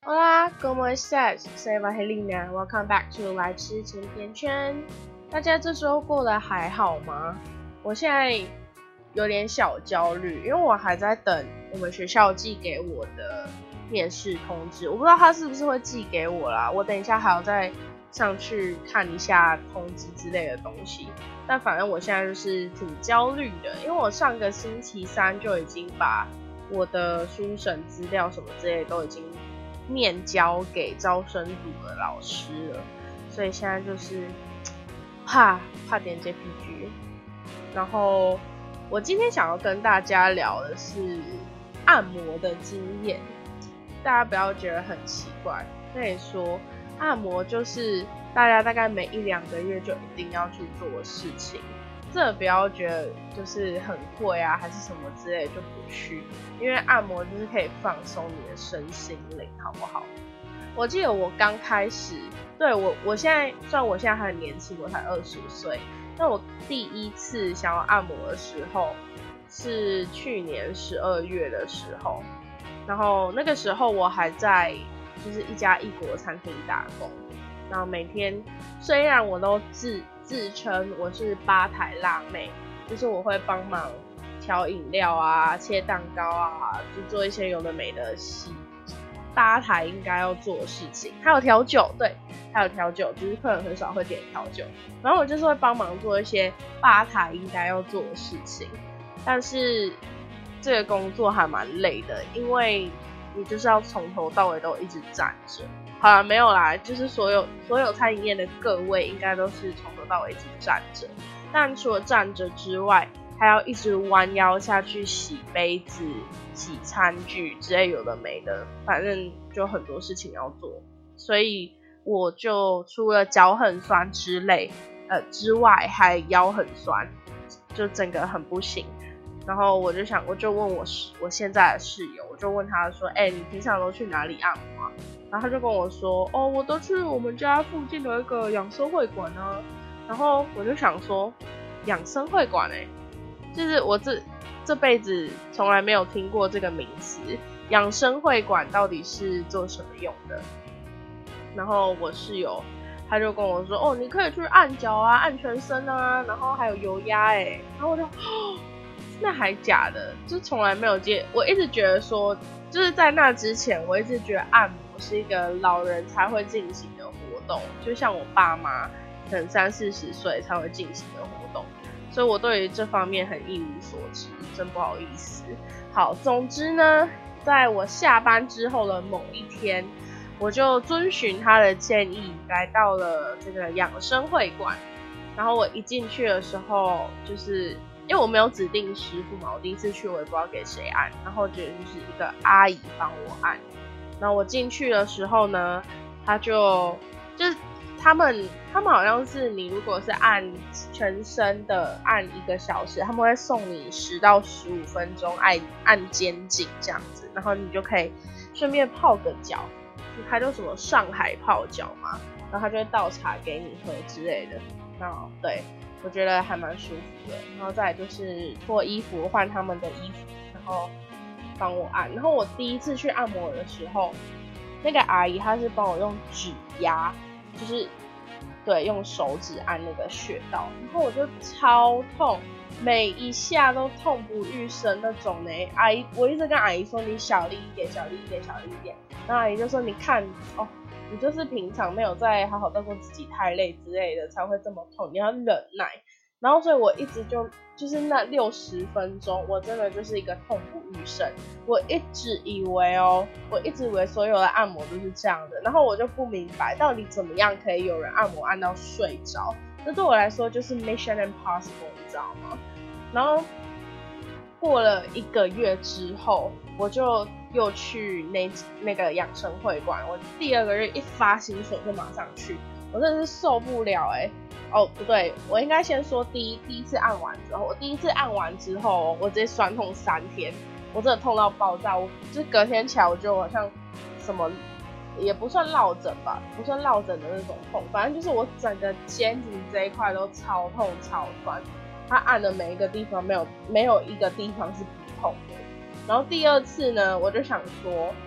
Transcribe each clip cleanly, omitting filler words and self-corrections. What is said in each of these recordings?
Hola, ¿cómo estás? Soy Evangelina. Welcome back to 来吃甜甜圈。大家这周过得还好吗？我现在有点小焦虑，因为我还在等我们学校寄给我的面试通知，我不知道他是不是会寄给我啦。我等一下还要再上去看一下通知之类的东西。但反正我现在就是挺焦虑的，因为我上个星期三就已经把我的书审资料什么之类的都已经面交给招生组的老师了，所以现在就是怕点 JPG。然后我今天想要跟大家聊的是按摩的经验，大家不要觉得很奇怪，跟你说，按摩就是大家大概每1-2个月就一定要去做的事情。这不要觉得就是很贵啊，还是什么之类的就不去，因为按摩就是可以放松你的身心灵，好不好？我记得我刚开始，对我现在虽然我现在还很年轻，我才25岁，但我第一次想要按摩的时候是去年12月的时候，然后那个时候我还在就是一家异国餐厅打工，然后每天虽然我都自称我是吧台辣妹，就是我会帮忙调饮料啊、切蛋糕啊，就做一些有的没的吧台应该要做的事情，还有调酒，对，还有调酒，就是客人很少会点调酒，然后我就是会帮忙做一些吧台应该要做的事情，但是这个工作还蛮累的，因为你就是要从头到尾都一直站着。好啦，没有啦，就是所有餐饮业的各位应该都是从头到尾一直站着，但除了站着之外，还要一直弯腰下去洗杯子、洗餐具之类有的没的，反正就很多事情要做，所以我就除了脚很酸之外，还腰很酸，就整个很不行。然后我就问我现在的室友，我就问他说，你平常都去哪里按摩啊？然后他就跟我说，我都去我们家附近的一个养生会馆啊。然后我就想说，养生会馆就是我这辈子从来没有听过这个名词，养生会馆到底是做什么用的？然后我室友他就跟我说，你可以去按脚啊、按全身啊，然后还有油压然后我就那还假的，就从来没有我一直觉得说，就是在那之前，我一直觉得按摩是一个老人才会进行的活动，就像我爸妈可能30-40岁才会进行的活动，所以我对于这方面很一无所知，真不好意思。好，总之呢，在我下班之后的某一天，我就遵循他的建议，来到了这个养生会馆。然后我一进去的时候，就是因为我没有指定师傅嘛，我第一次去我也不知道给谁按，然后就是一个阿姨帮我按。然后我进去的时候呢，他就是他们好像是你如果是按全身的按1个小时，他们会送你10到15分钟按肩颈这样子，然后你就可以顺便泡个脚，他就什么上海泡脚嘛，然后他就会倒茶给你喝之类的。对，我觉得还蛮舒服的。然后再来就是脱衣服换他们的衣服，然后帮我按。然后我第一次去按摩的时候，那个阿姨她是帮我用指压，就是对用手指按那个穴道，然后我就超痛，每一下都痛不欲生那种阿姨，我一直跟阿姨说你小力一点，小力一点，小力一点。然后阿姨就说你看你就是平常没有在好好照顾自己，太累之类的才会这么痛，你要忍耐。然后所以我一直就是那60分钟，我真的就是一个痛不欲生。我一直以为所有的按摩都是这样的，然后我就不明白到底怎么样可以有人按摩按到睡着，这对我来说就是 Mission Impossible， 你知道吗？然后过了1个月之后，我就又去那个养生会馆，我第2个月一发薪水就马上去，我真的是受不了不对，我应该先说第一次按完之后，我第一次按完之后，我直接酸痛3天，我真的痛到爆炸，我就是隔天起来我就好像什么也不算落枕吧，不算落枕的那种痛，反正就是我整个肩颈这一块都超痛超酸。他按的每一个地方没有一个地方是不痛的。然后第2次呢，我就想说，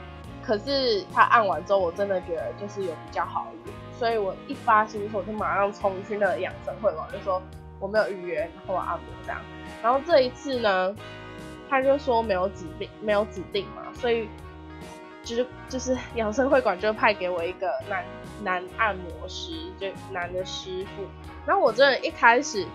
可是他按完之后，我真的觉得就是有比较好一点，所以我一发薪水我就马上冲去那个养生会馆，就说我没有预约，然后我按摩这样。然后这一次呢，他就说没有指定嘛，所以就是养生会馆就派给我一个男按摩师，就男的师傅。然后我真的一开始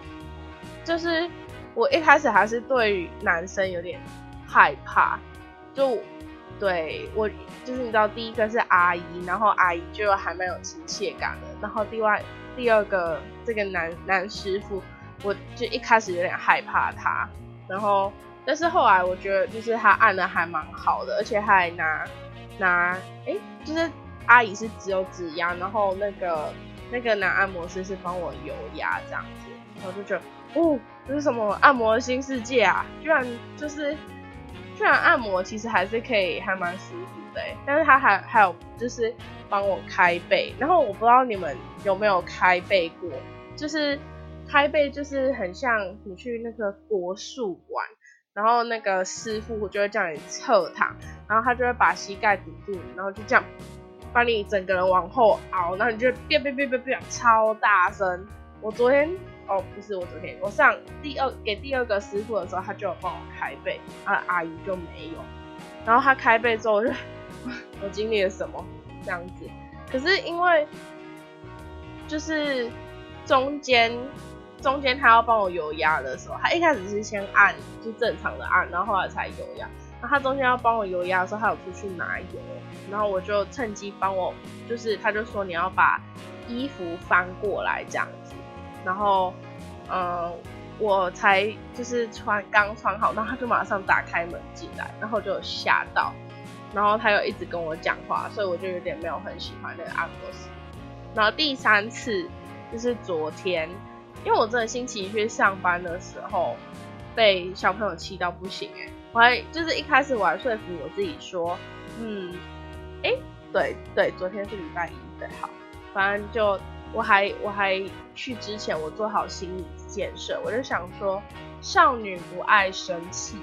还是对于男生有点害怕，就对我就是你知道，第一个是阿姨，然后阿姨就还蛮有亲切感的，然后第二个这个男师傅，我就一开始有点害怕他，然后但是后来我觉得就是他按的还蛮好的，而且他还拿就是阿姨是只有指压，然后那个男按摩师是帮我油压这样子，然后就觉得这是什么按摩的新世界啊，居然按摩其实还是可以还蛮舒服的，但是他还有就是帮我开背，然后我不知道你们有没有开背过，就是开背就是很像你去那个国术馆，然后那个师傅就会叫你侧躺，然后他就会把膝盖顶住，然后就这样把你整个人往后凹，然后你就变超大声。我上给第二个师傅的时候，他就有帮我开背，阿姨就没有。然后他开背之后，我经历了什么这样子？可是因为就是中间他要帮我油压的时候，他一开始是先按就正常的按，然后后来才油压。然后他中间要帮我油压的时候，他有出去拿油，然后我就趁机帮我，就是他就说你要把衣服翻过来这样子。然后，我才就是刚穿好，然后他就马上打开门进来，然后就吓到，然后他又一直跟我讲话，所以我就有点没有很喜欢那个按摩师。然后第三次就是昨天，因为我真的星期一去上班的时候，被小朋友气到不行我还就是一开始我还说服我自己说，对，昨天是礼拜一，对，好，反正就。我还去之前，我做好心理建设，我就想说，少女不爱生气。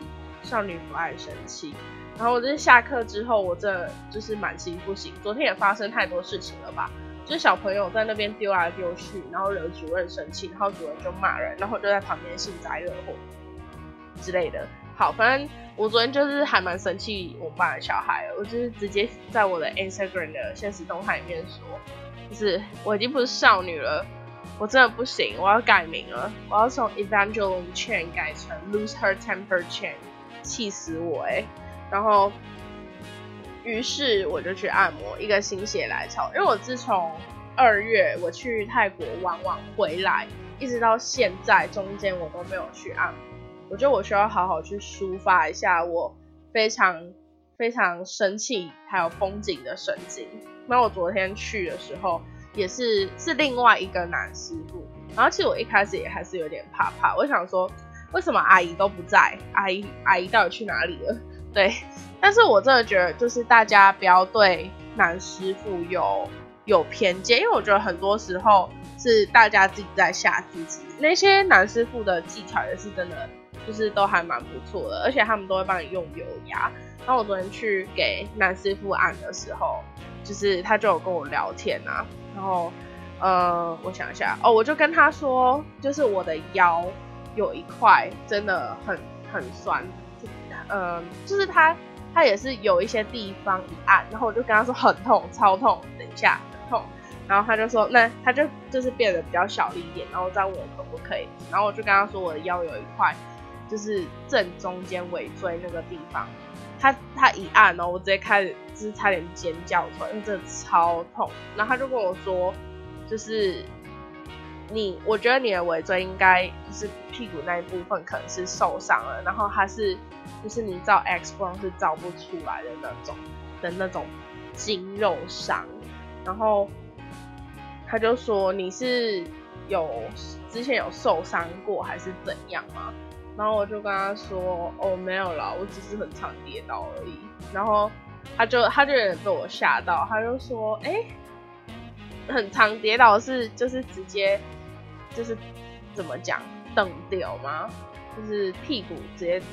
然后我就是下课之后，我真的就是满心不行。昨天也发生太多事情了吧？就是小朋友在那边丢来丢去，然后惹主任生气，然后主任就骂人，然后我就在旁边幸灾乐祸之类的。好，反正我昨天就是还蛮生气我班的小孩，我就是直接在我的 Instagram 的限时动态里面说。就是我已经不是少女了，我真的不行，我要改名了，我要从 Evangeline Chen 改成 Lose Her Temper Chen， 气死我然后，于是我就去按摩，一个心血来潮，因为我自从2月我去泰国玩回来，一直到现在中间我都没有去按摩，我觉得我需要好好去抒发一下我非常非常生气还有绷紧的神经。那我昨天去的时候也是另外一个男师傅，然后其实我一开始也还是有点怕，我想说为什么阿姨都不在，阿姨到底去哪里了？对，但是我真的觉得就是大家不要对男师傅有偏见，因为我觉得很多时候是大家自己在吓自己，那些男师傅的技巧也是真的就是都还蛮不错的，而且他们都会帮你用油压。然后我昨天去给男师傅按的时候，就是他就有跟我聊天然后我想一下我就跟他说，就是我的腰有一块真的很酸，就是他也是有一些地方一按，然后我就跟他说很痛，超痛，等一下很痛，然后他就说那他就是变得比较小力一点，然后再问我可不可以，然后我就跟他说我的腰有一块就是正中间尾椎那个地方。他一按我直接开始就是差点尖叫出来，因为真的超痛。然后他就跟我说，就是我觉得你的尾椎应该就是屁股那一部分可能是受伤了，然后它是就是你照 X 光是照不出来的那种筋肉伤。然后他就说你是之前有受伤过还是怎样吗？然后我就跟他说没有啦，我只是很常跌倒而已。然后他就有点被我吓到，他就说很常跌倒就是直接就是怎么讲蹬掉吗？就是屁股直接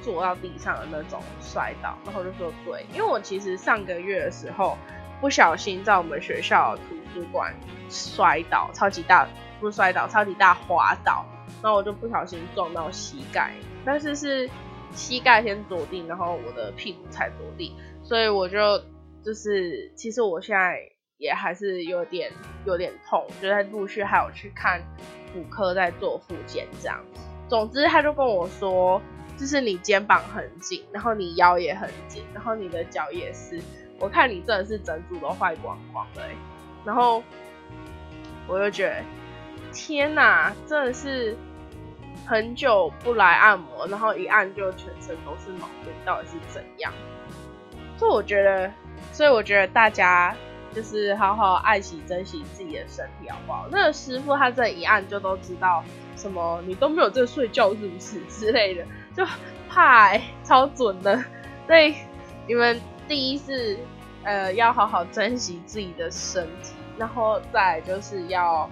坐到地上的那种摔倒，然后我就说对，因为我其实上个月的时候不小心在我们学校的图书馆摔倒，超级大滑倒，然后我就不小心撞到膝盖，但是是膝盖先着地，然后我的屁股才着地，所以我就是其实我现在也还是有点痛，就在陆续还有去看骨科在做复健这样。总之他就跟我说，就是你肩膀很紧，然后你腰也很紧，然后你的脚也是，我看你真的是整组都坏光光的然后我就觉得天哪，真的是很久不来按摩，然后一按就全身都是毛病，到底是怎样？所以我觉得大家就是好好爱惜珍惜自己的身体好不好？那个师傅他这一按就都知道什么你都没有在睡觉是不是之类的，就怕超准的。所以你们第一是要好好珍惜自己的身体，然后再来就是要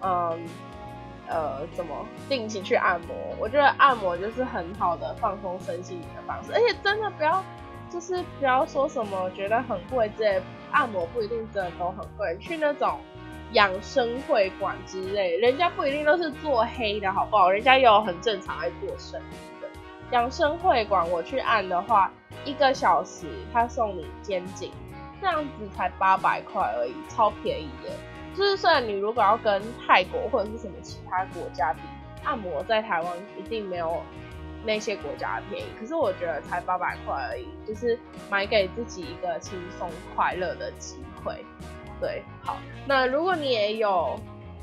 怎么定期去按摩。我觉得按摩就是很好的放松身心灵的方式，而且真的不要说什么觉得很贵之类的，按摩不一定真的都很贵，去那种养生会馆之类，人家不一定都是做黑的好不好？人家也有很正常在做生意的。养生会馆我去按的话，1个小时他送你肩颈，这样子才800块而已，超便宜的。就是虽然你如果要跟泰国或者是什么其他国家比，按摩在台湾一定没有那些国家的便宜，可是我觉得才800块而已，就是买给自己一个轻松快乐的机会。对，好，那如果你也有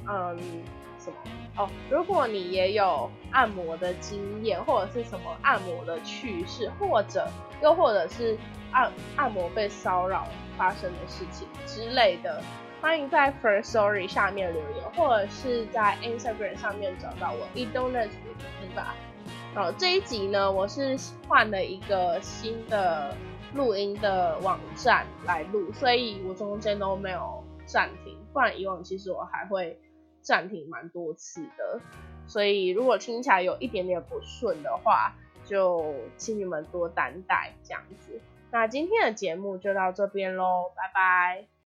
如果你也有按摩的经验，或者是什么按摩的趣事，或者是按摩被骚扰发生的事情之类的，欢迎在 Firstory 下面留言，或者是在 Instagram 上面找到我 eDonuts with Eva。这一集呢，我是换了一个新的录音的网站来录，所以我中间都没有暂停，不然以往其实我还会暂停蛮多次的，所以如果听起来有一点点不顺的话，就请你们多担待这样子。那今天的节目就到这边咯，拜拜。